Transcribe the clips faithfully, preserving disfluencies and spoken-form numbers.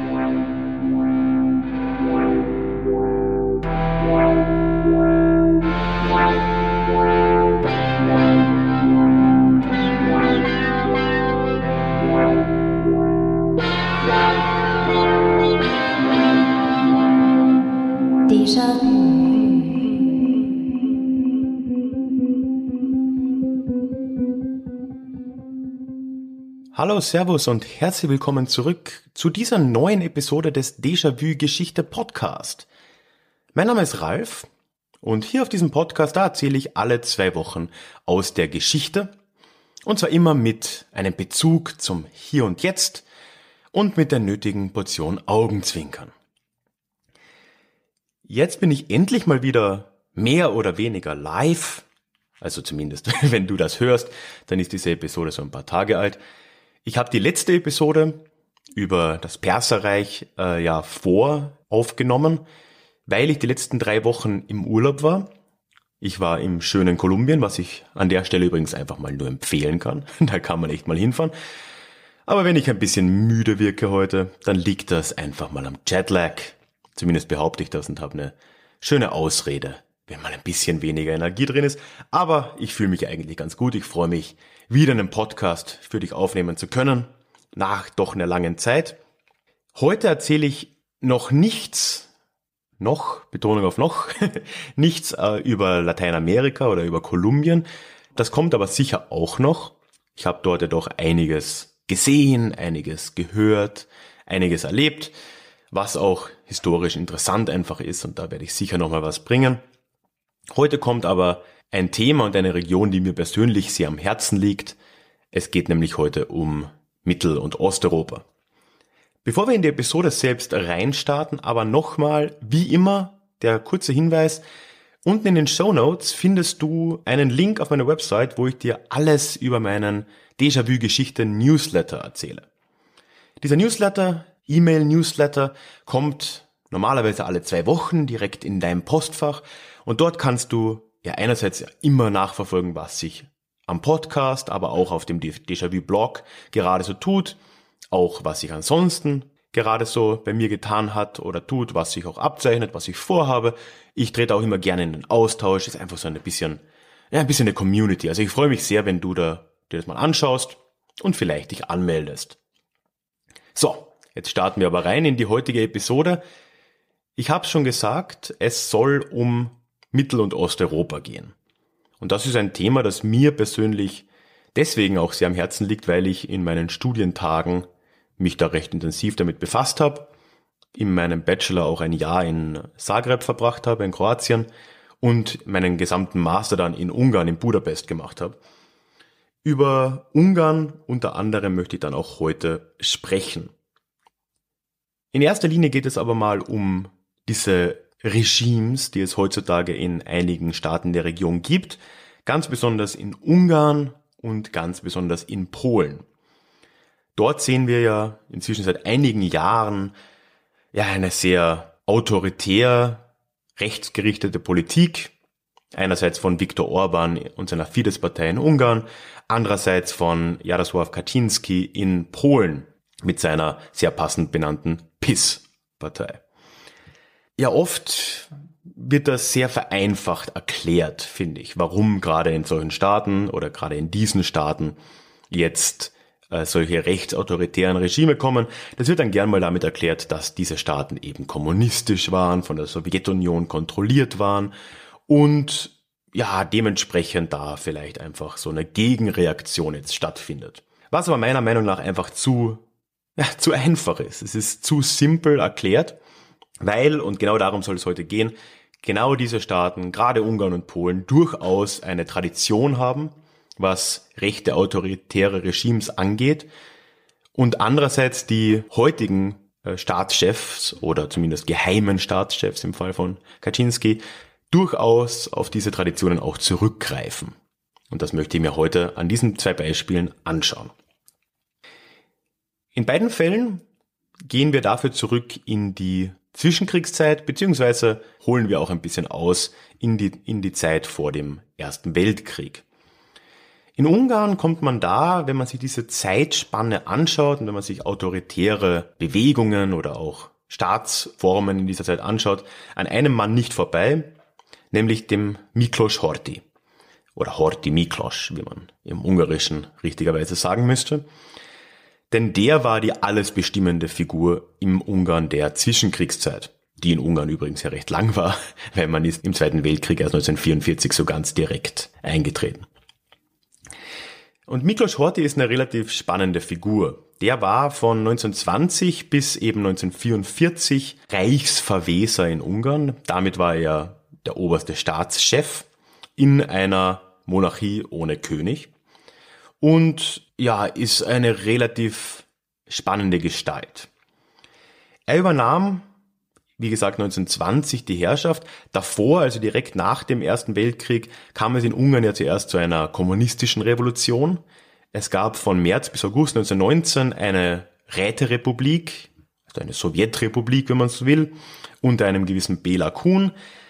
Hallo, Servus und herzlich willkommen zurück zu dieser neuen Episode des Déjà-vu Geschichte Podcast. Mein Name ist Ralf und hier auf diesem Podcast, da erzähle ich alle zwei Wochen aus der Geschichte und zwar immer mit einem Bezug zum Hier und Jetzt und mit der nötigen Portion Augenzwinkern. Jetzt bin ich endlich mal wieder mehr oder weniger live, also zumindest wenn du das hörst, dann ist diese Episode so ein paar Tage alt. Ich habe die letzte Episode über das Perserreich äh, ja vor aufgenommen, weil ich die letzten drei Wochen im Urlaub war. Ich war im schönen Kolumbien, was ich an der Stelle übrigens einfach mal nur empfehlen kann. Da kann man echt mal hinfahren. Aber wenn ich ein bisschen müde wirke heute, dann liegt das einfach mal am Jetlag. Zumindest behaupte ich das und habe eine schöne Ausrede, wenn mal ein bisschen weniger Energie drin ist. Aber ich fühle mich eigentlich ganz gut. Ich freue mich, wieder einen Podcast für dich aufnehmen zu können, nach doch einer langen Zeit. Heute erzähle ich noch nichts, noch, Betonung auf noch, nichts äh, über Lateinamerika oder über Kolumbien. Das kommt aber sicher auch noch. Ich habe dort ja doch einiges gesehen, einiges gehört, einiges erlebt, was auch historisch interessant einfach ist und da werde ich sicher nochmal was bringen. Heute kommt aber ein Thema und eine Region, die mir persönlich sehr am Herzen liegt. Es geht nämlich heute um Mittel- und Osteuropa. Bevor wir in die Episode selbst reinstarten, aber nochmal, wie immer, der kurze Hinweis. Unten in den Shownotes findest du einen Link auf meiner Website, wo ich dir alles über meinen Déjà-vu-Geschichte-Newsletter erzähle. Dieser Newsletter, E-Mail-Newsletter, kommt normalerweise alle zwei Wochen direkt in dein Postfach und dort kannst du ja einerseits ja immer nachverfolgen, was sich am Podcast, aber auch auf dem Déjà-vu-Blog gerade so tut, auch was sich ansonsten gerade so bei mir getan hat oder tut, was sich auch abzeichnet, was ich vorhabe. Ich trete auch immer gerne in den Austausch, ist einfach so ein bisschen, ja, ein bisschen eine Community. Also ich freue mich sehr, wenn du da dir das mal anschaust und vielleicht dich anmeldest. So, jetzt starten wir aber rein in die heutige Episode. Ich habe es schon gesagt, es soll um Mittel- und Osteuropa gehen. Und das ist ein Thema, das mir persönlich deswegen auch sehr am Herzen liegt, weil ich in meinen Studientagen mich da recht intensiv damit befasst habe, in meinem Bachelor auch ein Jahr in Zagreb verbracht habe, in Kroatien, und meinen gesamten Master dann in Ungarn, in Budapest gemacht habe. Über Ungarn unter anderem möchte ich dann auch heute sprechen. In erster Linie geht es aber mal um diese Regimes, die es heutzutage in einigen Staaten der Region gibt, ganz besonders in Ungarn und ganz besonders in Polen. Dort sehen wir ja inzwischen seit einigen Jahren ja eine sehr autoritär rechtsgerichtete Politik, einerseits von Viktor Orban und seiner Fidesz-Partei in Ungarn, andererseits von Jarosław Kaczyński in Polen mit seiner sehr passend benannten PiS-Partei. Ja, oft wird das sehr vereinfacht erklärt, finde ich, warum gerade in solchen Staaten oder gerade in diesen Staaten jetzt äh, solche rechtsautoritären Regime kommen. Das wird dann gern mal damit erklärt, dass diese Staaten eben kommunistisch waren, von der Sowjetunion kontrolliert waren und ja, dementsprechend da vielleicht einfach so eine Gegenreaktion jetzt stattfindet. Was aber meiner Meinung nach einfach zu, ja, zu einfach ist. Es ist zu simpel erklärt. Weil, und genau darum soll es heute gehen, genau diese Staaten, gerade Ungarn und Polen, durchaus eine Tradition haben, was rechte autoritäre Regimes angeht. Und andererseits die heutigen Staatschefs oder zumindest geheimen Staatschefs im Fall von Kaczyński durchaus auf diese Traditionen auch zurückgreifen. Und das möchte ich mir heute an diesen zwei Beispielen anschauen. In beiden Fällen gehen wir dafür zurück in die Zwischenkriegszeit, beziehungsweise holen wir auch ein bisschen aus in die, in die Zeit vor dem Ersten Weltkrieg. In Ungarn kommt man da, wenn man sich diese Zeitspanne anschaut und wenn man sich autoritäre Bewegungen oder auch Staatsformen in dieser Zeit anschaut, an einem Mann nicht vorbei, nämlich dem Miklos Horthy. Oder Horthy Miklos, wie man im Ungarischen richtigerweise sagen müsste. Denn der war die alles bestimmende Figur im Ungarn der Zwischenkriegszeit, die in Ungarn übrigens ja recht lang war, weil man ist im Zweiten Weltkrieg erst neunzehnhundertvierundvierzig so ganz direkt eingetreten. Und Miklos Horthy ist eine relativ spannende Figur. Der war von neunzehnhundertzwanzig bis eben neunzehnhundertvierundvierzig Reichsverweser in Ungarn. Damit war er der oberste Staatschef in einer Monarchie ohne König. Und ja, ist eine relativ spannende Gestalt. Er übernahm, wie gesagt, neunzehnhundertzwanzig die Herrschaft. Davor, also direkt nach dem Ersten Weltkrieg, kam es in Ungarn ja zuerst zu einer kommunistischen Revolution. Es gab von März bis August neunzehnhundertneunzehn eine Räterepublik, also eine Sowjetrepublik, wenn man so will, unter einem gewissen Bela Kun.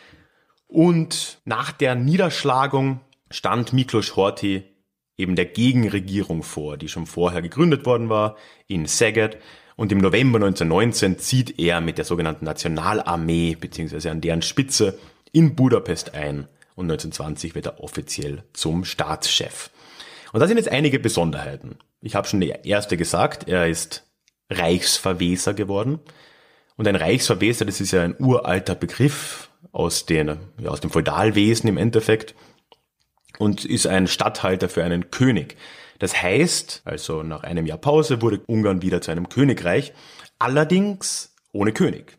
Und nach der Niederschlagung stand Miklos Horthy eben der Gegenregierung vor, die schon vorher gegründet worden war, in Szeged. Und im November neunzehnhundertneunzehn zieht er mit der sogenannten Nationalarmee bzw. an deren Spitze in Budapest ein und neunzehnhundertzwanzig wird er offiziell zum Staatschef. Und da sind jetzt einige Besonderheiten. Ich habe schon die erste gesagt, er ist Reichsverweser geworden. Und ein Reichsverweser, das ist ja ein uralter Begriff aus, den, ja, aus dem Feudalwesen im Endeffekt und ist ein Statthalter für einen König. Das heißt, also nach einem Jahr Pause wurde Ungarn wieder zu einem Königreich, allerdings ohne König.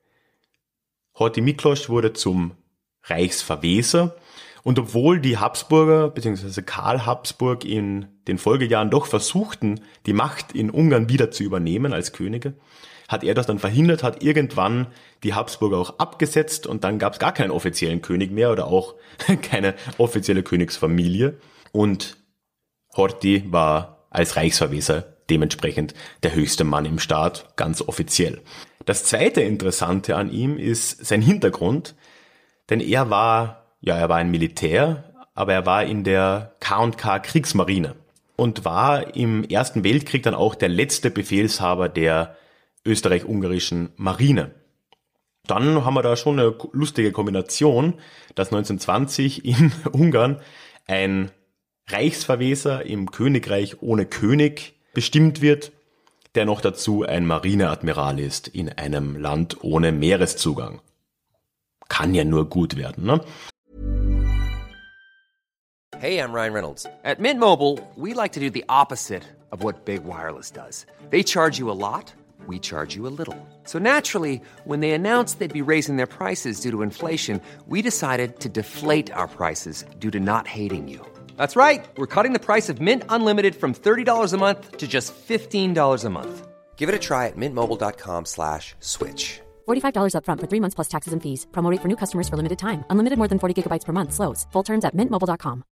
Horthy Miklos wurde zum Reichsverweser und obwohl die Habsburger bzw. Karl Habsburg in den Folgejahren doch versuchten, die Macht in Ungarn wieder zu übernehmen als Könige, hat er das dann verhindert, hat irgendwann die Habsburger auch abgesetzt und dann gab es gar keinen offiziellen König mehr oder auch keine offizielle Königsfamilie und Horthy war als Reichsverweser dementsprechend der höchste Mann im Staat, ganz offiziell. Das zweite Interessante an ihm ist sein Hintergrund, denn er war, ja, er war ein Militär, aber er war in der K und K Kriegsmarine und war im Ersten Weltkrieg dann auch der letzte Befehlshaber der österreich-ungarischen Marine. Dann haben wir da schon eine lustige Kombination, dass neunzehnhundertzwanzig in Ungarn ein Reichsverweser im Königreich ohne König bestimmt wird, der noch dazu ein Marineadmiral ist in einem Land ohne Meereszugang. Kann ja nur gut werden, ne? Hey, I'm Ryan Reynolds. At Mint Mobile, we like to do the opposite of what Big Wireless does. They charge you a lot, we charge you a little. So naturally, when they announced they'd be raising their prices due to inflation, we decided to deflate our prices due to not hating you. That's right. We're cutting the price of Mint Unlimited from thirty dollars a month to just fifteen dollars a month. Give it a try at mintmobile.com slash switch. forty-five dollars up front for three months plus taxes and fees. Promo rate for new customers for limited time. Unlimited more than forty gigabytes per month. Slows full terms at mint mobile dot com.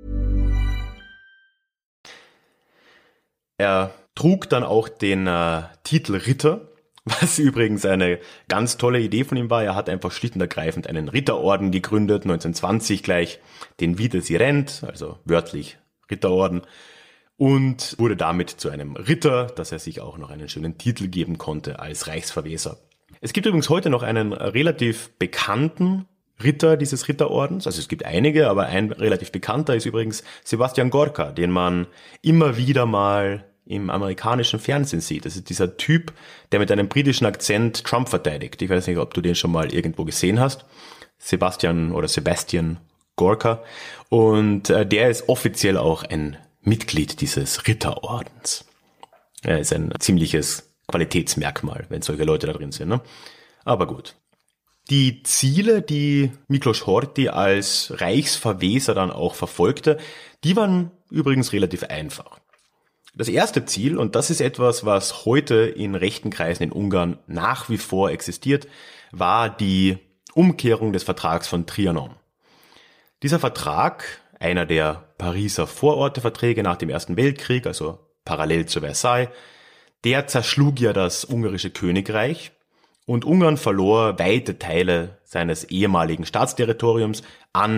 Er trug dann auch den äh, Titel Ritter, was übrigens eine ganz tolle Idee von ihm war. Er hat einfach schlicht und ergreifend einen Ritterorden gegründet, neunzehnhundertzwanzig gleich, den Wiedersirent, also wörtlich Ritterorden, und wurde damit zu einem Ritter, dass er sich auch noch einen schönen Titel geben konnte als Reichsverweser. Es gibt übrigens heute noch einen relativ bekannten Ritter dieses Ritterordens, also es gibt einige, aber ein relativ bekannter ist übrigens Sebastian Gorka, den man immer wieder mal im amerikanischen Fernsehen sieht. Das ist dieser Typ, der mit einem britischen Akzent Trump verteidigt. Ich weiß nicht, ob du den schon mal irgendwo gesehen hast. Sebastian oder Sebastian Gorka. Und äh, der ist offiziell auch ein Mitglied dieses Ritterordens. Er ist ein ziemliches Qualitätsmerkmal, wenn solche Leute da drin sind, ne? Aber gut. Die Ziele, die Miklos Horthy als Reichsverweser dann auch verfolgte, die waren übrigens relativ einfach. Das erste Ziel, und das ist etwas, was heute in rechten Kreisen in Ungarn nach wie vor existiert, war die Umkehrung des Vertrags von Trianon. Dieser Vertrag, einer der Pariser Vororteverträge nach dem Ersten Weltkrieg, also parallel zu Versailles, der zerschlug ja das ungarische Königreich und Ungarn verlor weite Teile seines ehemaligen Staatsterritoriums an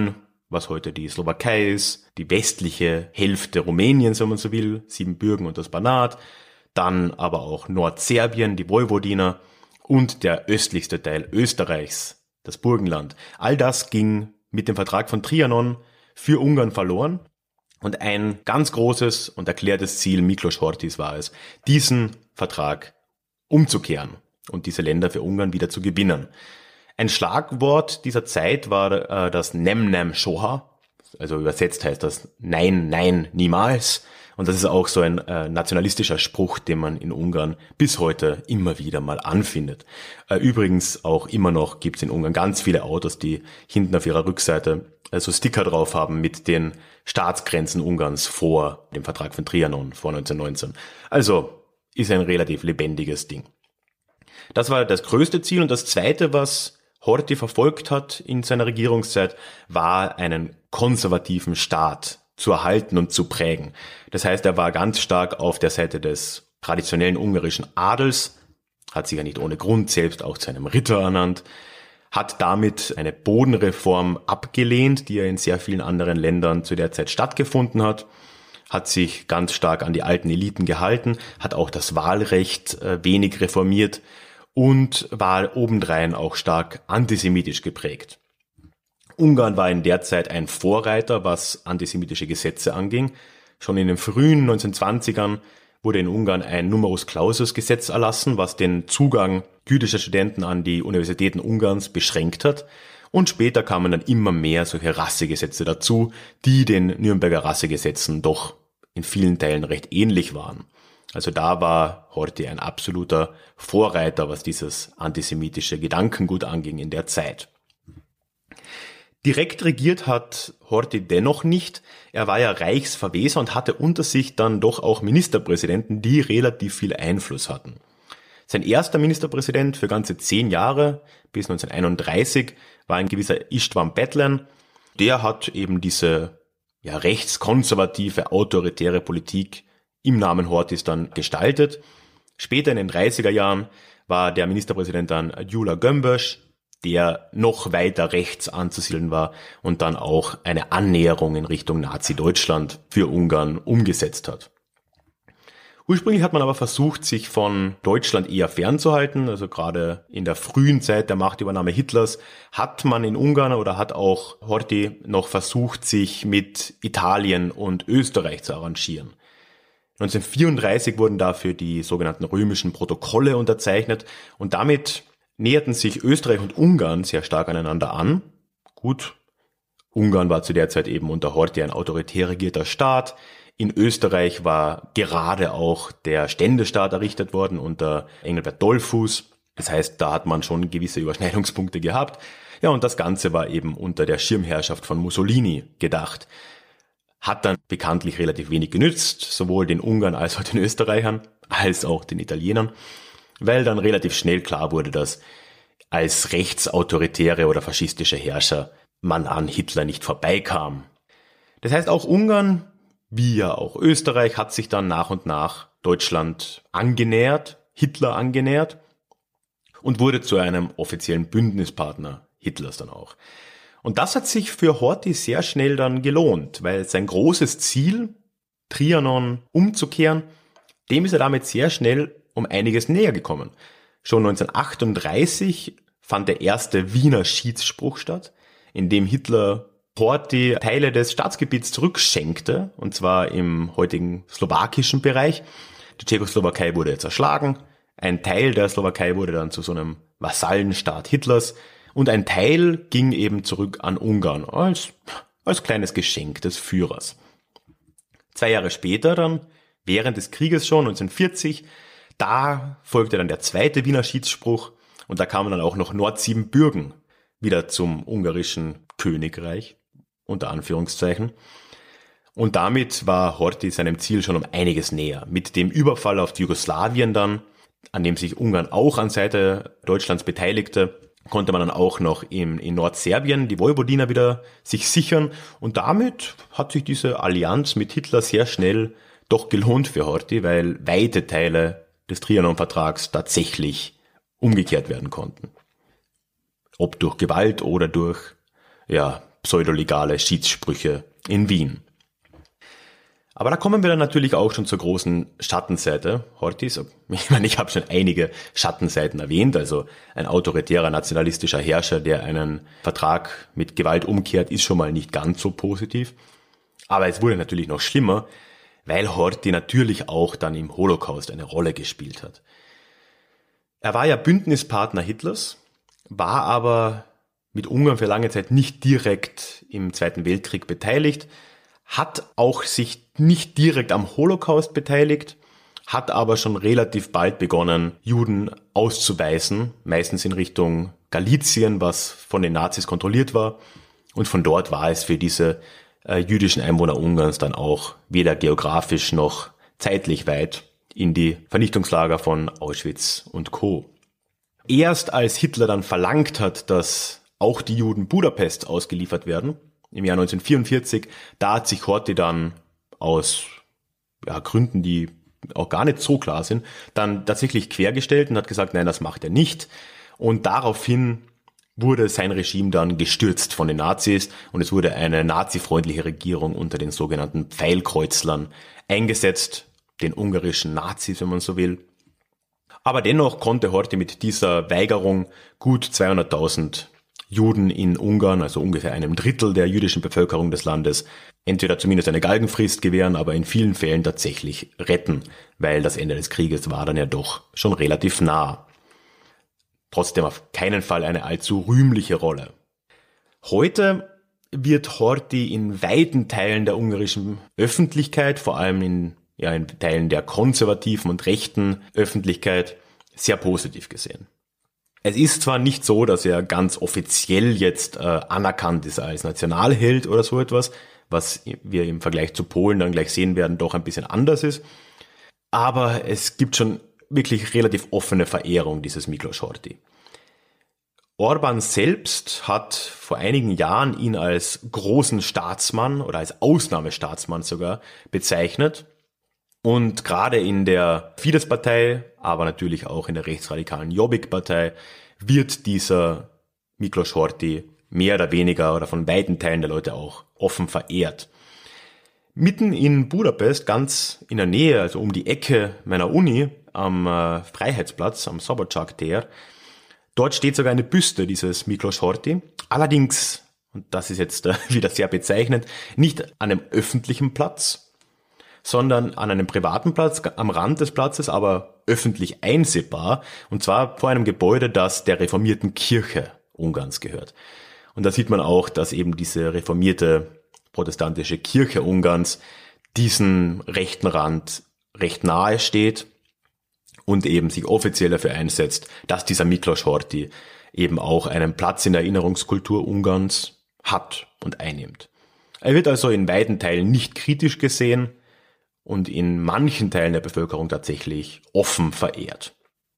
was heute die Slowakei ist, die westliche Hälfte Rumäniens, wenn man so will, Siebenbürgen und das Banat, dann aber auch Nordserbien, die Vojvodina und der östlichste Teil Österreichs, das Burgenland. All das ging mit dem Vertrag von Trianon für Ungarn verloren und ein ganz großes und erklärtes Ziel Miklos Horthys war es, diesen Vertrag umzukehren und diese Länder für Ungarn wieder zu gewinnen. Ein Schlagwort dieser Zeit war äh, das Nem Nem Soha, also übersetzt heißt das Nein, Nein, niemals. Und das ist auch so ein äh, nationalistischer Spruch, den man in Ungarn bis heute immer wieder mal anfindet. Äh, übrigens auch immer noch gibt es in Ungarn ganz viele Autos, die hinten auf ihrer Rückseite äh, so Sticker drauf haben mit den Staatsgrenzen Ungarns vor dem Vertrag von Trianon vor neunzehnhundertneunzehn. Also ist ein relativ lebendiges Ding. Das war das größte Ziel. Und das zweite, was Horthy verfolgt hat in seiner Regierungszeit, war einen konservativen Staat zu erhalten und zu prägen. Das heißt, er war ganz stark auf der Seite des traditionellen ungarischen Adels, hat sich ja nicht ohne Grund selbst auch zu einem Ritter ernannt, hat damit eine Bodenreform abgelehnt, die ja in sehr vielen anderen Ländern zu der Zeit stattgefunden hat, hat sich ganz stark an die alten Eliten gehalten, hat auch das Wahlrecht äh, wenig reformiert und war obendrein auch stark antisemitisch geprägt. Ungarn war in der Zeit ein Vorreiter, was antisemitische Gesetze anging. Schon in den frühen neunzehnhundertzwanzigern wurde in Ungarn ein Numerus Clausus Gesetz erlassen, was den Zugang jüdischer Studenten an die Universitäten Ungarns beschränkt hat. Und später kamen dann immer mehr solche Rassegesetze dazu, die den Nürnberger Rassegesetzen doch in vielen Teilen recht ähnlich waren. Also da war Horthy ein absoluter Vorreiter, was dieses antisemitische Gedankengut anging in der Zeit. Direkt regiert hat Horthy dennoch nicht. Er war ja Reichsverweser und hatte unter sich dann doch auch Ministerpräsidenten, die relativ viel Einfluss hatten. Sein erster Ministerpräsident für ganze zehn Jahre, bis neunzehnhunderteinunddreißig, war ein gewisser István Bethlen. Der hat eben diese ja, rechtskonservative, autoritäre Politik im Namen Horthys dann gestaltet. Später in den dreißiger Jahren war der Ministerpräsident dann Gyula Gömbös, der noch weiter rechts anzusiedeln war und dann auch eine Annäherung in Richtung Nazi-Deutschland für Ungarn umgesetzt hat. Ursprünglich hat man aber versucht, sich von Deutschland eher fernzuhalten, also gerade in der frühen Zeit der Machtübernahme Hitlers hat man in Ungarn oder hat auch Horthy noch versucht, sich mit Italien und Österreich zu arrangieren. neunzehnhundertvierunddreißig wurden dafür die sogenannten römischen Protokolle unterzeichnet und damit näherten sich Österreich und Ungarn sehr stark aneinander an. Gut, Ungarn war zu der Zeit eben unter Horthy ein autoritär regierter Staat. In Österreich war gerade auch der Ständestaat errichtet worden unter Engelbert Dollfuß. Das heißt, da hat man schon gewisse Überschneidungspunkte gehabt. Ja, und das Ganze war eben unter der Schirmherrschaft von Mussolini gedacht. Hat dann bekanntlich relativ wenig genützt, sowohl den Ungarn als auch den Österreichern, als auch den Italienern, weil dann relativ schnell klar wurde, dass als rechtsautoritäre oder faschistische Herrscher man an Hitler nicht vorbeikam. Das heißt, auch Ungarn, wie ja auch Österreich, hat sich dann nach und nach Deutschland angenähert, Hitler angenähert und wurde zu einem offiziellen Bündnispartner Hitlers dann auch. Und das hat sich für Horthy sehr schnell dann gelohnt, weil sein großes Ziel, Trianon umzukehren, dem ist er damit sehr schnell um einiges näher gekommen. Schon neunzehnhundertachtunddreißig fand der erste Wiener Schiedsspruch statt, in dem Hitler Horthy Teile des Staatsgebiets zurückschenkte, und zwar im heutigen slowakischen Bereich. Die Tschechoslowakei wurde jetzt erschlagen, ein Teil der Slowakei wurde dann zu so einem Vasallenstaat Hitlers und ein Teil ging eben zurück an Ungarn als, als kleines Geschenk des Führers. Zwei Jahre später dann, während des Krieges schon, neunzehnhundertvierzig, da folgte dann der zweite Wiener Schiedsspruch und da kamen dann auch noch Nordsiebenbürgen wieder zum ungarischen Königreich, unter Anführungszeichen. Und damit war Horthy seinem Ziel schon um einiges näher. Mit dem Überfall auf Jugoslawien dann, an dem sich Ungarn auch an Seite Deutschlands beteiligte, konnte man dann auch noch in, in Nordserbien die Vojvodina wieder sich sichern. Und damit hat sich diese Allianz mit Hitler sehr schnell doch gelohnt für Horthy, weil weite Teile des Trianon-Vertrags tatsächlich umgekehrt werden konnten. Ob durch Gewalt oder durch ja pseudolegale Schiedssprüche in Wien. Aber da kommen wir dann natürlich auch schon zur großen Schattenseite Horthys. Ich meine, ich habe schon einige Schattenseiten erwähnt, also ein autoritärer nationalistischer Herrscher, der einen Vertrag mit Gewalt umkehrt, ist schon mal nicht ganz so positiv. Aber es wurde natürlich noch schlimmer, weil Horthy natürlich auch dann im Holocaust eine Rolle gespielt hat. Er war ja Bündnispartner Hitlers, war aber mit Ungarn für lange Zeit nicht direkt im Zweiten Weltkrieg beteiligt, hat auch sich nicht direkt am Holocaust beteiligt, hat aber schon relativ bald begonnen, Juden auszuweisen, meistens in Richtung Galizien, was von den Nazis kontrolliert war. Und von dort war es für diese äh, jüdischen Einwohner Ungarns dann auch weder geografisch noch zeitlich weit in die Vernichtungslager von Auschwitz und Co. Erst als Hitler dann verlangt hat, dass auch die Juden Budapest ausgeliefert werden, im Jahr neunzehnhundertvierundvierzig, da hat sich Horthy dann aus ja, Gründen, die auch gar nicht so klar sind, dann tatsächlich quergestellt und hat gesagt, nein, das macht er nicht. Und daraufhin wurde sein Regime dann gestürzt von den Nazis und es wurde eine nazifreundliche Regierung unter den sogenannten Pfeilkreuzlern eingesetzt, den ungarischen Nazis, wenn man so will. Aber dennoch konnte Horthy mit dieser Weigerung gut zweihunderttausend Juden in Ungarn, also ungefähr einem Drittel der jüdischen Bevölkerung des Landes, entweder zumindest eine Galgenfrist gewähren, aber in vielen Fällen tatsächlich retten, weil das Ende des Krieges war dann ja doch schon relativ nah. Trotzdem auf keinen Fall eine allzu rühmliche Rolle. Heute wird Horthy in weiten Teilen der ungarischen Öffentlichkeit, vor allem in, ja, in Teilen der konservativen und rechten Öffentlichkeit, sehr positiv gesehen. Es ist zwar nicht so, dass er ganz offiziell jetzt äh, anerkannt ist als Nationalheld oder so etwas, was wir im Vergleich zu Polen dann gleich sehen werden, doch ein bisschen anders ist. Aber es gibt schon wirklich relativ offene Verehrung dieses Miklos Horthy. Orbán selbst hat vor einigen Jahren ihn als großen Staatsmann oder als Ausnahmestaatsmann sogar bezeichnet. Und gerade in der Fidesz-Partei, aber natürlich auch in der rechtsradikalen Jobbik-Partei wird dieser Miklos Horthy mehr oder weniger oder von weiten Teilen der Leute auch offen verehrt. Mitten in Budapest, ganz in der Nähe, also um die Ecke meiner Uni, am äh, Freiheitsplatz, am Szabadság tér, dort steht sogar eine Büste dieses Miklos Horthy. Allerdings, und das ist jetzt äh, wieder sehr bezeichnend, nicht an einem öffentlichen Platz, sondern an einem privaten Platz am Rand des Platzes, aber öffentlich einsehbar, und zwar vor einem Gebäude, das der reformierten Kirche Ungarns gehört. Und da sieht man auch, dass eben diese reformierte protestantische Kirche Ungarns diesen rechten Rand recht nahe steht und eben sich offiziell dafür einsetzt, dass dieser Miklos Horthy eben auch einen Platz in der Erinnerungskultur Ungarns hat und einnimmt. Er wird also in weiten Teilen nicht kritisch gesehen und in manchen Teilen der Bevölkerung tatsächlich offen verehrt.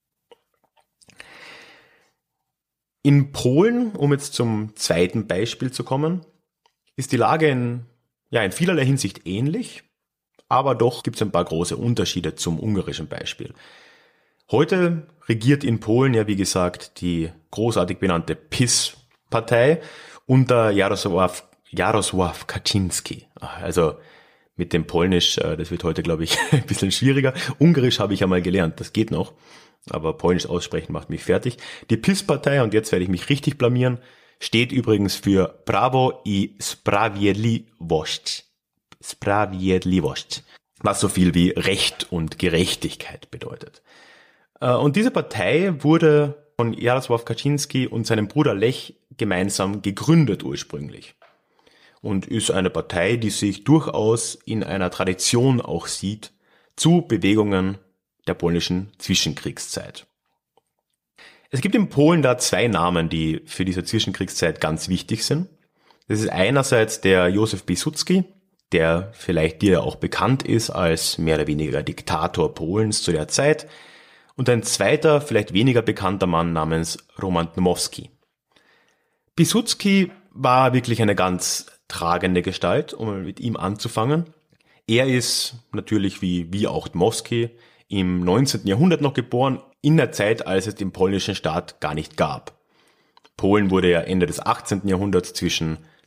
In Polen, um jetzt zum zweiten Beispiel zu kommen, ist die Lage in, ja, in vielerlei Hinsicht ähnlich, aber doch gibt es ein paar große Unterschiede zum ungarischen Beispiel. Heute regiert in Polen ja, wie gesagt, die großartig benannte PiS-Partei unter Jarosław, Jarosław Kaczyński. Also mit dem Polnisch, das wird heute, glaube ich, ein bisschen schwieriger. Ungarisch habe ich ja mal gelernt, das geht noch. Aber Polnisch aussprechen macht mich fertig. Die PiS-Partei, und jetzt werde ich mich richtig blamieren, steht übrigens für Prawo i Sprawiedliwość. Sprawiedliwość. Was so viel wie Recht und Gerechtigkeit bedeutet. Und diese Partei wurde von Jarosław Kaczyński und seinem Bruder Lech gemeinsam gegründet ursprünglich. Und ist eine Partei, die sich durchaus in einer Tradition auch sieht zu Bewegungen der polnischen Zwischenkriegszeit. Es gibt in Polen da zwei Namen, die für diese Zwischenkriegszeit ganz wichtig sind. Das ist einerseits der Józef Piłsudski, der vielleicht dir auch bekannt ist als mehr oder weniger Diktator Polens zu der Zeit, und ein zweiter, vielleicht weniger bekannter Mann namens Roman Dmowski. Piłsudski war wirklich eine ganz tragende Gestalt, um mit ihm anzufangen. Er ist natürlich wie, wie auch Dmowski im neunzehnten Jahrhundert noch geboren, in der Zeit, als es den polnischen Staat gar nicht gab. Polen wurde ja Ende des achtzehnten Jahrhunderts zwischen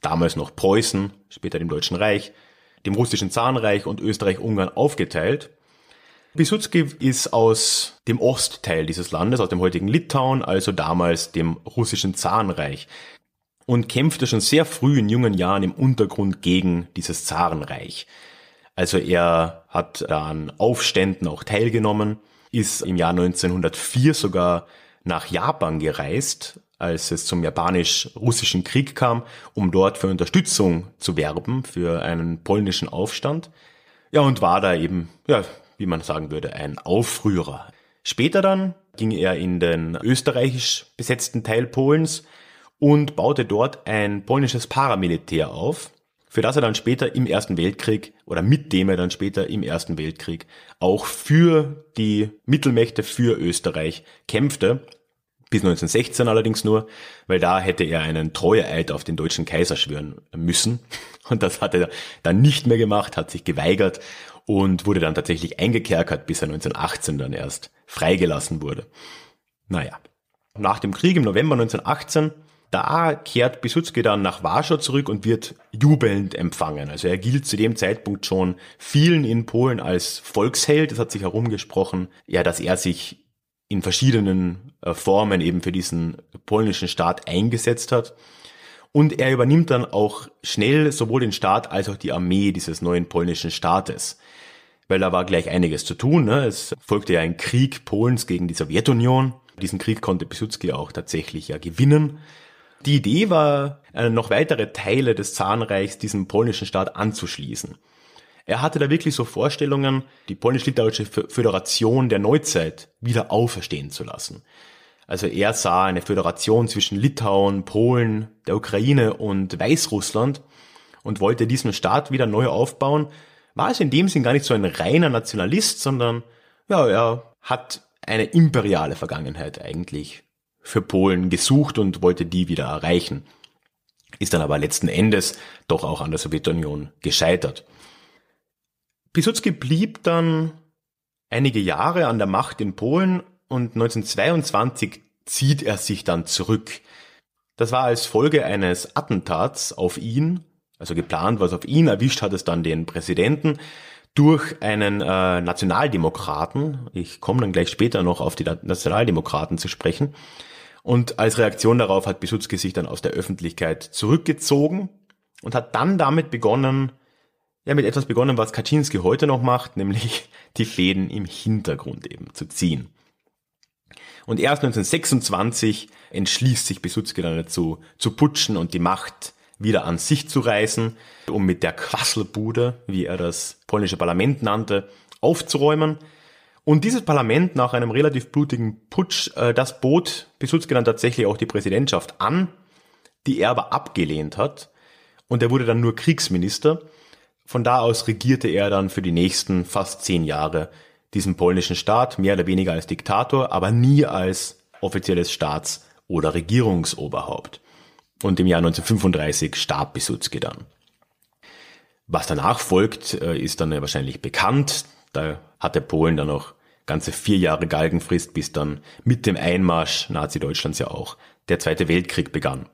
damals noch Preußen, später dem Deutschen Reich, dem russischen Zarenreich und Österreich-Ungarn aufgeteilt. Piłsudski ist aus dem Ostteil dieses Landes, aus dem heutigen Litauen, also damals dem russischen Zarenreich, und kämpfte schon sehr früh in jungen Jahren im Untergrund gegen dieses Zarenreich. Also er hat da an Aufständen auch teilgenommen, ist im Jahr neunzehnhundertvier sogar nach Japan gereist, als es zum japanisch-russischen Krieg kam, um dort für Unterstützung zu werben für einen polnischen Aufstand. Ja, und war da eben, ja, wie man sagen würde, ein Aufrührer. Später dann ging er in den österreichisch besetzten Teil Polens und baute dort ein polnisches Paramilitär auf, für das er dann später im Ersten Weltkrieg oder mit dem er dann später im Ersten Weltkrieg auch für die Mittelmächte, für Österreich kämpfte. Bis neunzehnhundertsechzehn allerdings nur, weil da hätte er einen Treueeid auf den deutschen Kaiser schwören müssen. Und das hat er dann nicht mehr gemacht, hat sich geweigert und wurde dann tatsächlich eingekerkert, bis er neunzehnhundertachtzehn dann erst freigelassen wurde. Naja, nach dem Krieg im November neunzehnhundertachtzehn, da kehrt Piłsudski dann nach Warschau zurück und wird jubelnd empfangen. Also er gilt zu dem Zeitpunkt schon vielen in Polen als Volksheld. Es hat sich herumgesprochen, ja, dass er sich in verschiedenen Formen eben für diesen polnischen Staat eingesetzt hat. Und er übernimmt dann auch schnell sowohl den Staat als auch die Armee dieses neuen polnischen Staates. Weil da war gleich einiges zu tun. Ne? Es folgte ja ein Krieg Polens gegen die Sowjetunion. Diesen Krieg konnte Piłsudski auch tatsächlich ja gewinnen. Die Idee war, noch weitere Teile des Zarenreichs diesem polnischen Staat anzuschließen. Er hatte da wirklich so Vorstellungen, die polnisch-litauische Föderation der Neuzeit wieder auferstehen zu lassen. Also er sah eine Föderation zwischen Litauen, Polen, der Ukraine und Weißrussland und wollte diesen Staat wieder neu aufbauen. War also in dem Sinn gar nicht so ein reiner Nationalist, sondern ja, er hat eine imperiale Vergangenheit eigentlich für Polen gesucht und wollte die wieder erreichen. Ist dann aber letzten Endes doch auch an der Sowjetunion gescheitert. Piłsudski blieb dann einige Jahre an der Macht in Polen und neunzehnhundertzweiundzwanzig zieht er sich dann zurück. Das war als Folge eines Attentats auf ihn, also geplant, was auf ihn, erwischt hat es dann den Präsidenten, durch einen äh, Nationaldemokraten. Ich komme dann gleich später noch auf die Nationaldemokraten zu sprechen. Und als Reaktion darauf hat Piłsudski sich dann aus der Öffentlichkeit zurückgezogen und hat dann damit begonnen, ja, mit etwas begonnen, was Kaczynski heute noch macht, nämlich die Fäden im Hintergrund eben zu ziehen. Und erst neunzehnhundertsechsundzwanzig entschließt sich Piłsudski dann dazu, zu putschen und die Macht wieder an sich zu reißen, um mit der Quasselbude, wie er das polnische Parlament nannte, aufzuräumen. Und dieses Parlament nach einem relativ blutigen Putsch, äh, das bot Piłsudski dann tatsächlich auch die Präsidentschaft an, die er aber abgelehnt hat. Und er wurde dann nur Kriegsminister. Von da aus regierte er dann für die nächsten fast zehn Jahre diesen polnischen Staat, mehr oder weniger als Diktator, aber nie als offizielles Staats- oder Regierungsoberhaupt. Und im Jahr neunzehnhundertfünfunddreißig starb Piłsudski dann. Was danach folgt, ist dann wahrscheinlich bekannt. Da hatte Polen dann noch ganze vier Jahre Galgenfrist, bis dann mit dem Einmarsch Nazi-Deutschlands ja auch der Zweite Weltkrieg begann.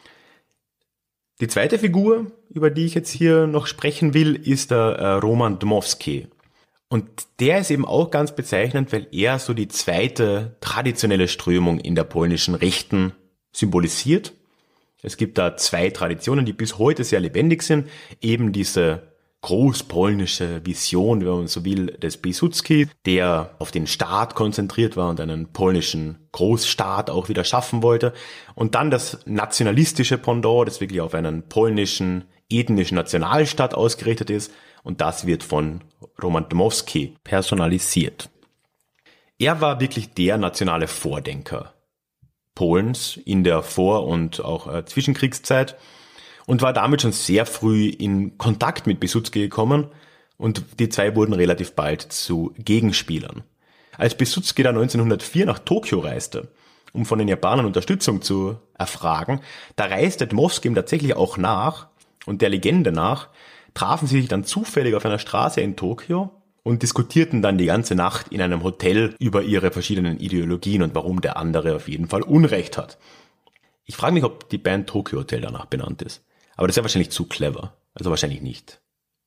Die zweite Figur, über die ich jetzt hier noch sprechen will, ist der äh, Roman Dmowski. Und der ist eben auch ganz bezeichnend, weil er so die zweite traditionelle Strömung in der polnischen Rechten symbolisiert. Es gibt da zwei Traditionen, die bis heute sehr lebendig sind. Eben diese großpolnische Vision, wenn man so will, des Piłsudski, der auf den Staat konzentriert war und einen polnischen Großstaat auch wieder schaffen wollte. Und dann das nationalistische Pendant, das wirklich auf einen polnischen, ethnischen Nationalstaat ausgerichtet ist. Und das wird von Roman Dmowski personalisiert. Er war wirklich der nationale Vordenker Polens in der Vor- und auch äh, Zwischenkriegszeit und war damit schon sehr früh in Kontakt mit Piłsudski gekommen und die zwei wurden relativ bald zu Gegenspielern. Als Piłsudski dann neunzehnhundertvier nach Tokio reiste, um von den Japanern Unterstützung zu erfragen, da reiste Dmowski ihm tatsächlich auch nach und der Legende nach trafen sie sich dann zufällig auf einer Straße in Tokio und diskutierten dann die ganze Nacht in einem Hotel über ihre verschiedenen Ideologien und warum der andere auf jeden Fall Unrecht hat. Ich frage mich, ob die Band Tokyo Hotel danach benannt ist. Aber das wäre wahrscheinlich zu clever. Also wahrscheinlich nicht.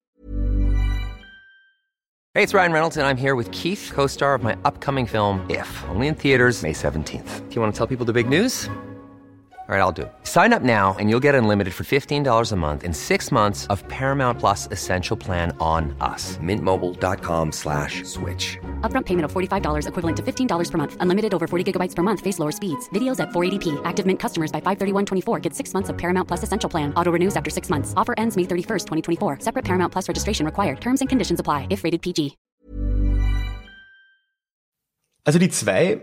Hey, it's Ryan Reynolds, and I'm here with Keith, co-star of my upcoming film, If, only in theaters May seventeenth. Do you want to tell people the big news? All right, I'll do it. Sign up now and you'll get unlimited for fifteen dollars a month and six months of Paramount Plus Essential Plan on us. Mint Mobile dot com slash switch. Upfront payment of forty-five dollars equivalent to fifteen dollars per month. Unlimited over forty gigabytes per month. Face lower speeds. Videos at four eighty p. Active Mint customers by five thirty-one twenty-four get six months of Paramount Plus Essential Plan. Auto renews after six months. Offer ends May thirty-first, twenty twenty-four. Separate Paramount Plus registration required. Terms and conditions apply if rated P G. Also die zwei,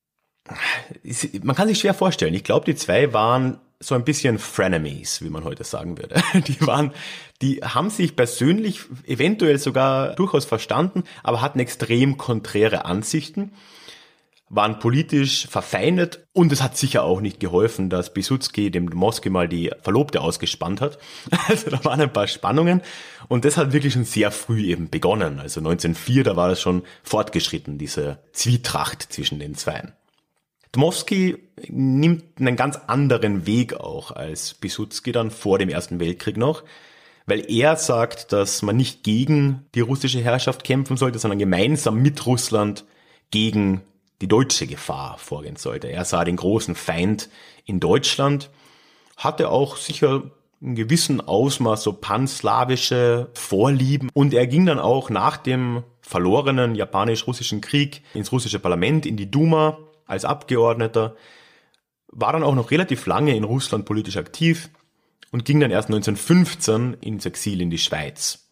man kann sich schwer vorstellen. Ich glaube, die zwei waren so ein bisschen Frenemies, wie man heute sagen würde. Die waren, die haben sich persönlich eventuell sogar durchaus verstanden, aber hatten extrem konträre Ansichten, waren politisch verfeindet und es hat sicher auch nicht geholfen, dass Piłsudski dem Dmowski mal die Verlobte ausgespannt hat. Also da waren ein paar Spannungen und das hat wirklich schon sehr früh eben begonnen. Also neunzehnhundertvier, da war das schon fortgeschritten, diese Zwietracht zwischen den Zweien. Dmowski nimmt einen ganz anderen Weg auch als Piłsudski dann vor dem Ersten Weltkrieg noch, weil er sagt, dass man nicht gegen die russische Herrschaft kämpfen sollte, sondern gemeinsam mit Russland gegen die deutsche Gefahr vorgehen sollte. Er sah den großen Feind in Deutschland, hatte auch sicher in gewissem Ausmaß so panslawische Vorlieben und er ging dann auch nach dem verlorenen japanisch-russischen Krieg ins russische Parlament, in die Duma, als Abgeordneter, war dann auch noch relativ lange in Russland politisch aktiv und ging dann erst neunzehnhundertfünfzehn ins Exil in die Schweiz.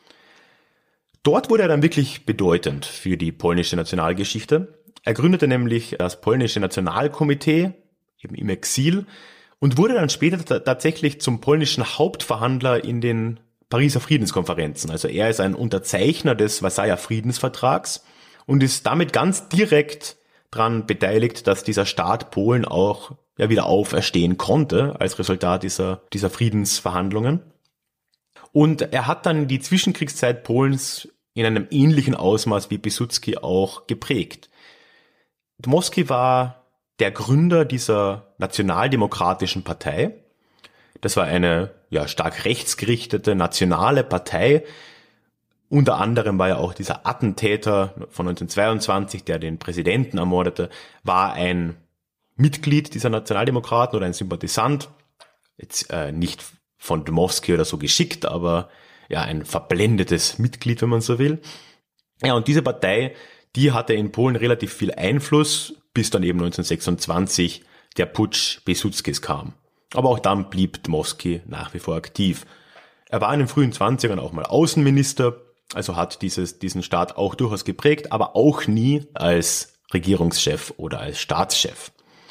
Dort wurde er dann wirklich bedeutend für die polnische Nationalgeschichte. Er gründete nämlich das polnische Nationalkomitee, eben im Exil, und wurde dann später t- tatsächlich zum polnischen Hauptverhandler in den Pariser Friedenskonferenzen. Also er ist ein Unterzeichner des Versailler Friedensvertrags und ist damit ganz direkt daran beteiligt, dass dieser Staat Polen auch ja wieder auferstehen konnte als Resultat dieser, dieser Friedensverhandlungen. Und er hat dann die Zwischenkriegszeit Polens in einem ähnlichen Ausmaß wie Piłsudski auch geprägt. Dmowski war der Gründer dieser nationaldemokratischen Partei. Das war eine ja stark rechtsgerichtete nationale Partei. Unter anderem war ja auch dieser Attentäter von neunzehnhundertzweiundzwanzig, der den Präsidenten ermordete, war ein Mitglied dieser Nationaldemokraten oder ein Sympathisant. Jetzt äh, nicht von Dmowski oder so geschickt, aber ja ein verblendetes Mitglied, wenn man so will. Ja, und diese Partei, die hatte in Polen relativ viel Einfluss, bis dann eben neunzehnhundertsechsundzwanzig der Putsch Piłsudskis kam. Aber auch dann blieb Dmowski nach wie vor aktiv. Er war in den frühen zwanzigern auch mal Außenminister, also hat dieses, diesen Staat auch durchaus geprägt, aber auch nie als Regierungschef oder als Staatschef.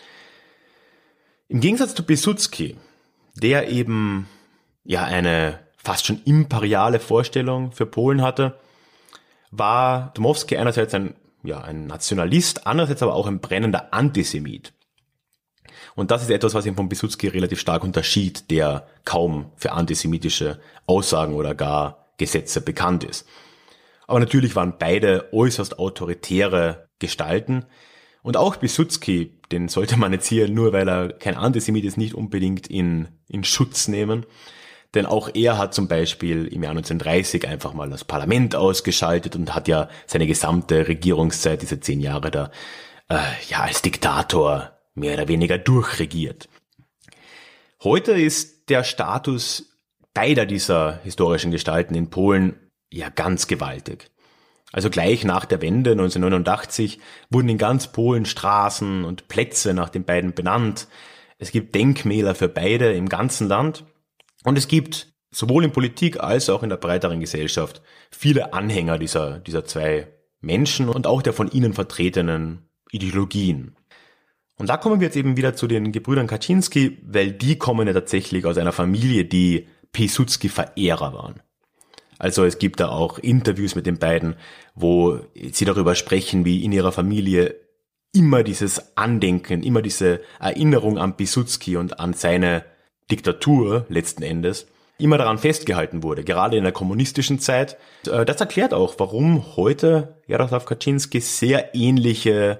Im Gegensatz zu Piłsudski, der eben ja eine fast schon imperiale Vorstellung für Polen hatte, war Dmowski einerseits ein, ja, ein Nationalist, andererseits aber auch ein brennender Antisemit. Und das ist etwas, was ihn von Piłsudski relativ stark unterschied, der kaum für antisemitische Aussagen oder gar Gesetze bekannt ist. Aber natürlich waren beide äußerst autoritäre Gestalten. Und auch Piłsudski, den sollte man jetzt hier, nur weil er kein Antisemit ist, nicht unbedingt in, in Schutz nehmen. Denn auch er hat zum Beispiel im Jahr neunzehnhundertdreißig einfach mal das Parlament ausgeschaltet und hat ja seine gesamte Regierungszeit, diese zehn Jahre da, äh, ja als Diktator mehr oder weniger durchregiert. Heute ist der Status beider dieser historischen Gestalten in Polen ja ganz gewaltig. Also gleich nach der Wende neunzehnhundertneunundachtzig wurden in ganz Polen Straßen und Plätze nach den beiden benannt. Es gibt Denkmäler für beide im ganzen Land. Und es gibt sowohl in Politik als auch in der breiteren Gesellschaft viele Anhänger dieser, dieser zwei Menschen und auch der von ihnen vertretenen Ideologien. Und da kommen wir jetzt eben wieder zu den Gebrüdern Kaczynski, weil die kommen ja tatsächlich aus einer Familie, die Piłsudski-Verehrer waren. Also es gibt da auch Interviews mit den beiden, wo sie darüber sprechen, wie in ihrer Familie immer dieses Andenken, immer diese Erinnerung an Piłsudski und an seine Diktatur letzten Endes immer daran festgehalten wurde, gerade in der kommunistischen Zeit. Das erklärt auch, warum heute Jarosław Kaczynski sehr ähnliche,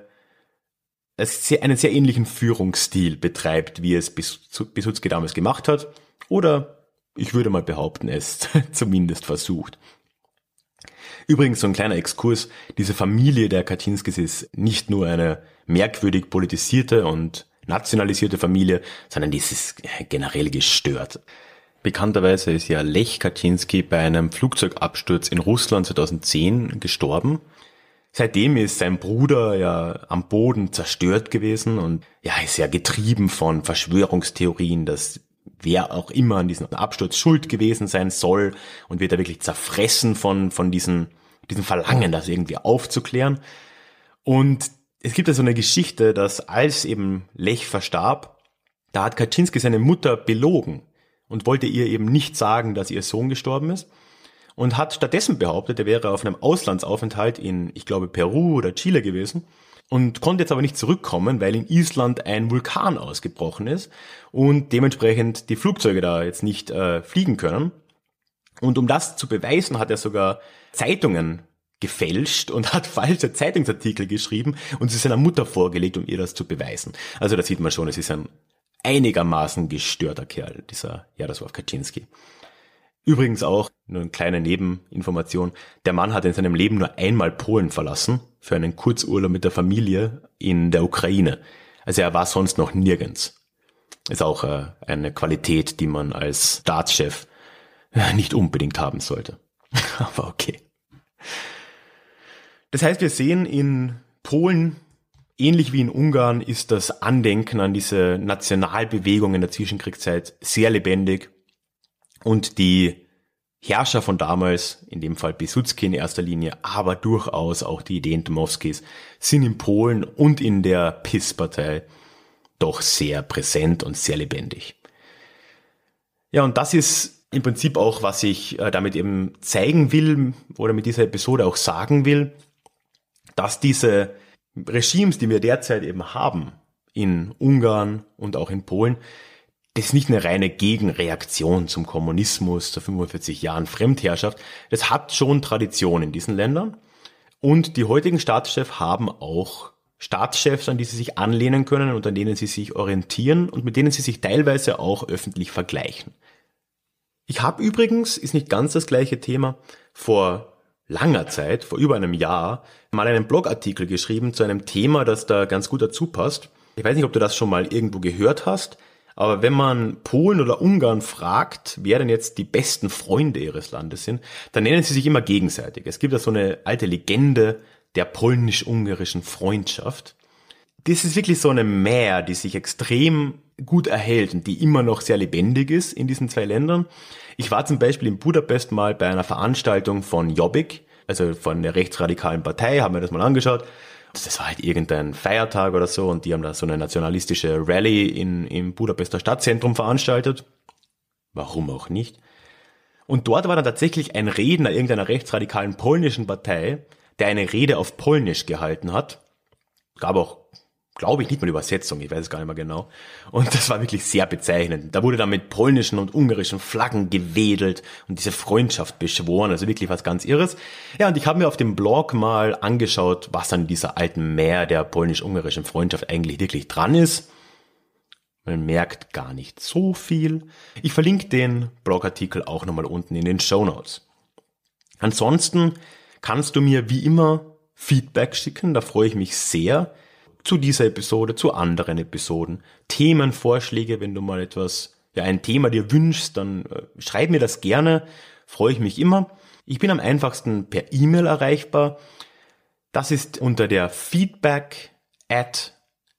einen sehr ähnlichen Führungsstil betreibt, wie es Piłsudski damals gemacht hat oder ich würde mal behaupten, es zumindest versucht. Übrigens, so ein kleiner Exkurs, diese Familie der Kaczynskis ist nicht nur eine merkwürdig politisierte und nationalisierte Familie, sondern die ist generell gestört. Bekannterweise ist ja Lech Kaczynski bei einem Flugzeugabsturz in Russland zweitausendzehn gestorben. Seitdem ist sein Bruder ja am Boden zerstört gewesen und ja, ist ja getrieben von Verschwörungstheorien, dass wer auch immer an diesem Absturz schuld gewesen sein soll und wird da wirklich zerfressen von, von diesen, diesen Verlangen, das irgendwie aufzuklären. Und es gibt ja so eine Geschichte, dass als eben Lech verstarb, da hat Kaczynski seine Mutter belogen und wollte ihr eben nicht sagen, dass ihr Sohn gestorben ist und hat stattdessen behauptet, er wäre auf einem Auslandsaufenthalt in, ich glaube, Peru oder Chile gewesen und konnte jetzt aber nicht zurückkommen, weil in Island ein Vulkan ausgebrochen ist und dementsprechend die Flugzeuge da jetzt nicht äh, fliegen können. Und um das zu beweisen, hat er sogar Zeitungen gefälscht und hat falsche Zeitungsartikel geschrieben und sie seiner Mutter vorgelegt, um ihr das zu beweisen. Also da sieht man schon, es ist ein einigermaßen gestörter Kerl, dieser Jarosław Kaczynski. Übrigens auch, nur eine kleine Nebeninformation, der Mann hat in seinem Leben nur einmal Polen verlassen, für einen Kurzurlaub mit der Familie in der Ukraine. Also er war sonst noch nirgends. Ist auch äh, eine Qualität, die man als Staatschef äh, nicht unbedingt haben sollte. Aber okay. Das heißt, wir sehen in Polen, ähnlich wie in Ungarn, ist das Andenken an diese Nationalbewegung in der Zwischenkriegszeit sehr lebendig. Und die Herrscher von damals, in dem Fall Piłsudski in erster Linie, aber durchaus auch die Ideen Dmowskis, sind in Polen und in der P I S-Partei doch sehr präsent und sehr lebendig. Ja, und das ist im Prinzip auch, was ich damit eben zeigen will oder mit dieser Episode auch sagen will, dass diese Regimes, die wir derzeit eben haben, in Ungarn und auch in Polen, das ist nicht eine reine Gegenreaktion zum Kommunismus, zu fünfundvierzig Jahren Fremdherrschaft. Das hat schon Tradition in diesen Ländern. Und die heutigen Staatschefs haben auch Staatschefs, an die sie sich anlehnen können und an denen sie sich orientieren und mit denen sie sich teilweise auch öffentlich vergleichen. Ich habe übrigens, ist nicht ganz das gleiche Thema, vor langer Zeit, vor über einem Jahr, mal einen Blogartikel geschrieben zu einem Thema, das da ganz gut dazu passt. Ich weiß nicht, ob du das schon mal irgendwo gehört hast, aber wenn man Polen oder Ungarn fragt, wer denn jetzt die besten Freunde ihres Landes sind, dann nennen sie sich immer gegenseitig. Es gibt da so eine alte Legende der polnisch-ungarischen Freundschaft. Das ist wirklich so eine Mär, die sich extrem gut erhält und die immer noch sehr lebendig ist in diesen zwei Ländern. Ich war zum Beispiel in Budapest mal bei einer Veranstaltung von Jobbik, also von der rechtsradikalen Partei, haben wir das mal angeschaut. Das war halt irgendein Feiertag oder so und die haben da so eine nationalistische Rallye in, im Budapester Stadtzentrum veranstaltet. Warum auch nicht? Und dort war dann tatsächlich ein Redner irgendeiner rechtsradikalen polnischen Partei, der eine Rede auf Polnisch gehalten hat. Gab auch, glaube ich, nicht mal Übersetzung, ich weiß es gar nicht mehr genau. Und das war wirklich sehr bezeichnend. Da wurde dann mit polnischen und ungarischen Flaggen gewedelt und diese Freundschaft beschworen, also wirklich was ganz Irres. Ja, und ich habe mir auf dem Blog mal angeschaut, was an dieser alten Mär der polnisch-ungarischen Freundschaft eigentlich wirklich dran ist. Man merkt gar nicht so viel. Ich verlinke den Blogartikel auch nochmal unten in den Shownotes. Ansonsten kannst du mir wie immer Feedback schicken, da freue ich mich sehr. Zu dieser Episode, zu anderen Episoden, Themenvorschläge, wenn du mal etwas, ja, ein Thema dir wünschst, dann äh, schreib mir das gerne, freue ich mich immer. Ich bin am einfachsten per E-Mail erreichbar. Das ist unter der feedback at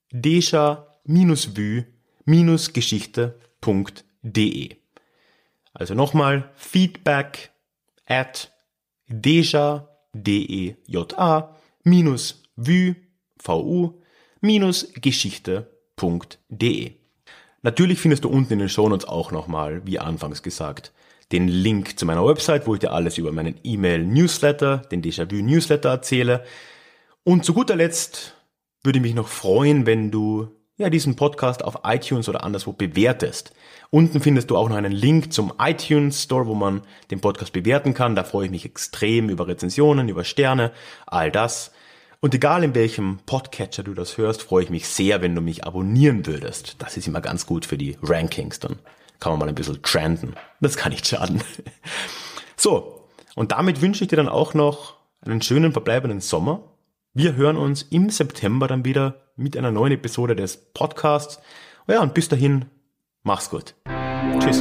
deja-vue geschichte punkt de. Also nochmal feedback at deja, D-E-J-A, minus vue, V-U, minus geschichte punkt de. Natürlich findest du unten in den Shownotes auch nochmal, wie anfangs gesagt, den Link zu meiner Website, wo ich dir alles über meinen E-Mail-Newsletter, den Déjà-vu-Newsletter erzähle. Und zu guter Letzt würde ich mich noch freuen, wenn du ja diesen Podcast auf iTunes oder anderswo bewertest. Unten findest du auch noch einen Link zum iTunes Store, wo man den Podcast bewerten kann. Da freue ich mich extrem über Rezensionen, über Sterne, all das. Und egal in welchem Podcatcher du das hörst, freue ich mich sehr, wenn du mich abonnieren würdest. Das ist immer ganz gut für die Rankings dann kann man mal ein bisschen trenden. Das kann nicht schaden. So, und damit wünsche ich dir dann auch noch einen schönen verbleibenden Sommer. Wir hören uns im September dann wieder mit einer neuen Episode des Podcasts. Ja, und bis dahin, mach's gut. Tschüss.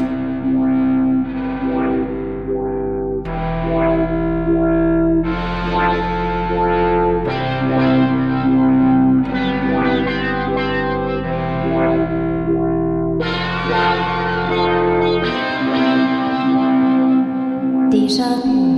Déjà vu.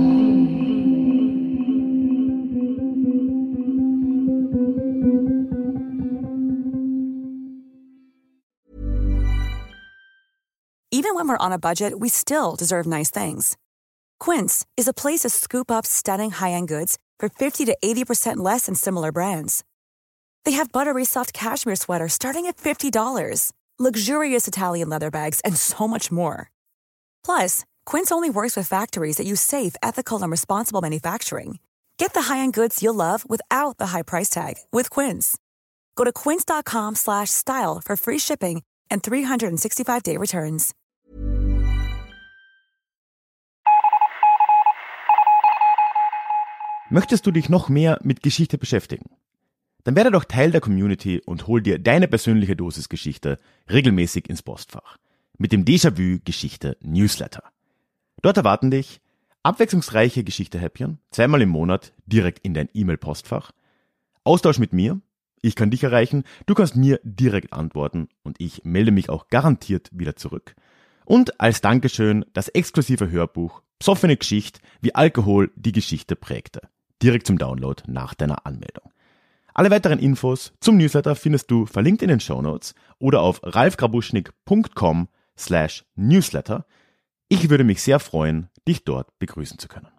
Even when we're on a budget, we still deserve nice things. Quince is a place to scoop up stunning high-end goods for fifty to eighty percent less than similar brands. They have buttery soft cashmere sweaters starting at fifty dollars, luxurious Italian leather bags, and so much more. Plus, Quince only works with factories that use safe, ethical, and responsible manufacturing. Get the high-end goods you'll love without the high price tag with Quince. Go to quince.com slash style for free shipping and three sixty-five day returns. Möchtest du dich noch mehr mit Geschichte beschäftigen? Dann werde doch Teil der Community und hol dir deine persönliche Dosis Geschichte regelmäßig ins Postfach. Mit dem Déjà-vu Geschichte Newsletter. Dort erwarten dich abwechslungsreiche Geschichte-Häppchen, zweimal im Monat direkt in dein E-Mail-Postfach. Austausch mit mir, ich kann dich erreichen, du kannst mir direkt antworten und ich melde mich auch garantiert wieder zurück. Und als Dankeschön das exklusive Hörbuch Psoffene Geschichte, wie Alkohol die Geschichte prägte. Direkt zum Download nach deiner Anmeldung. Alle weiteren Infos zum Newsletter findest du verlinkt in den Shownotes oder auf ralfgrabuschnik.com slash newsletter. Ich würde mich sehr freuen, dich dort begrüßen zu können.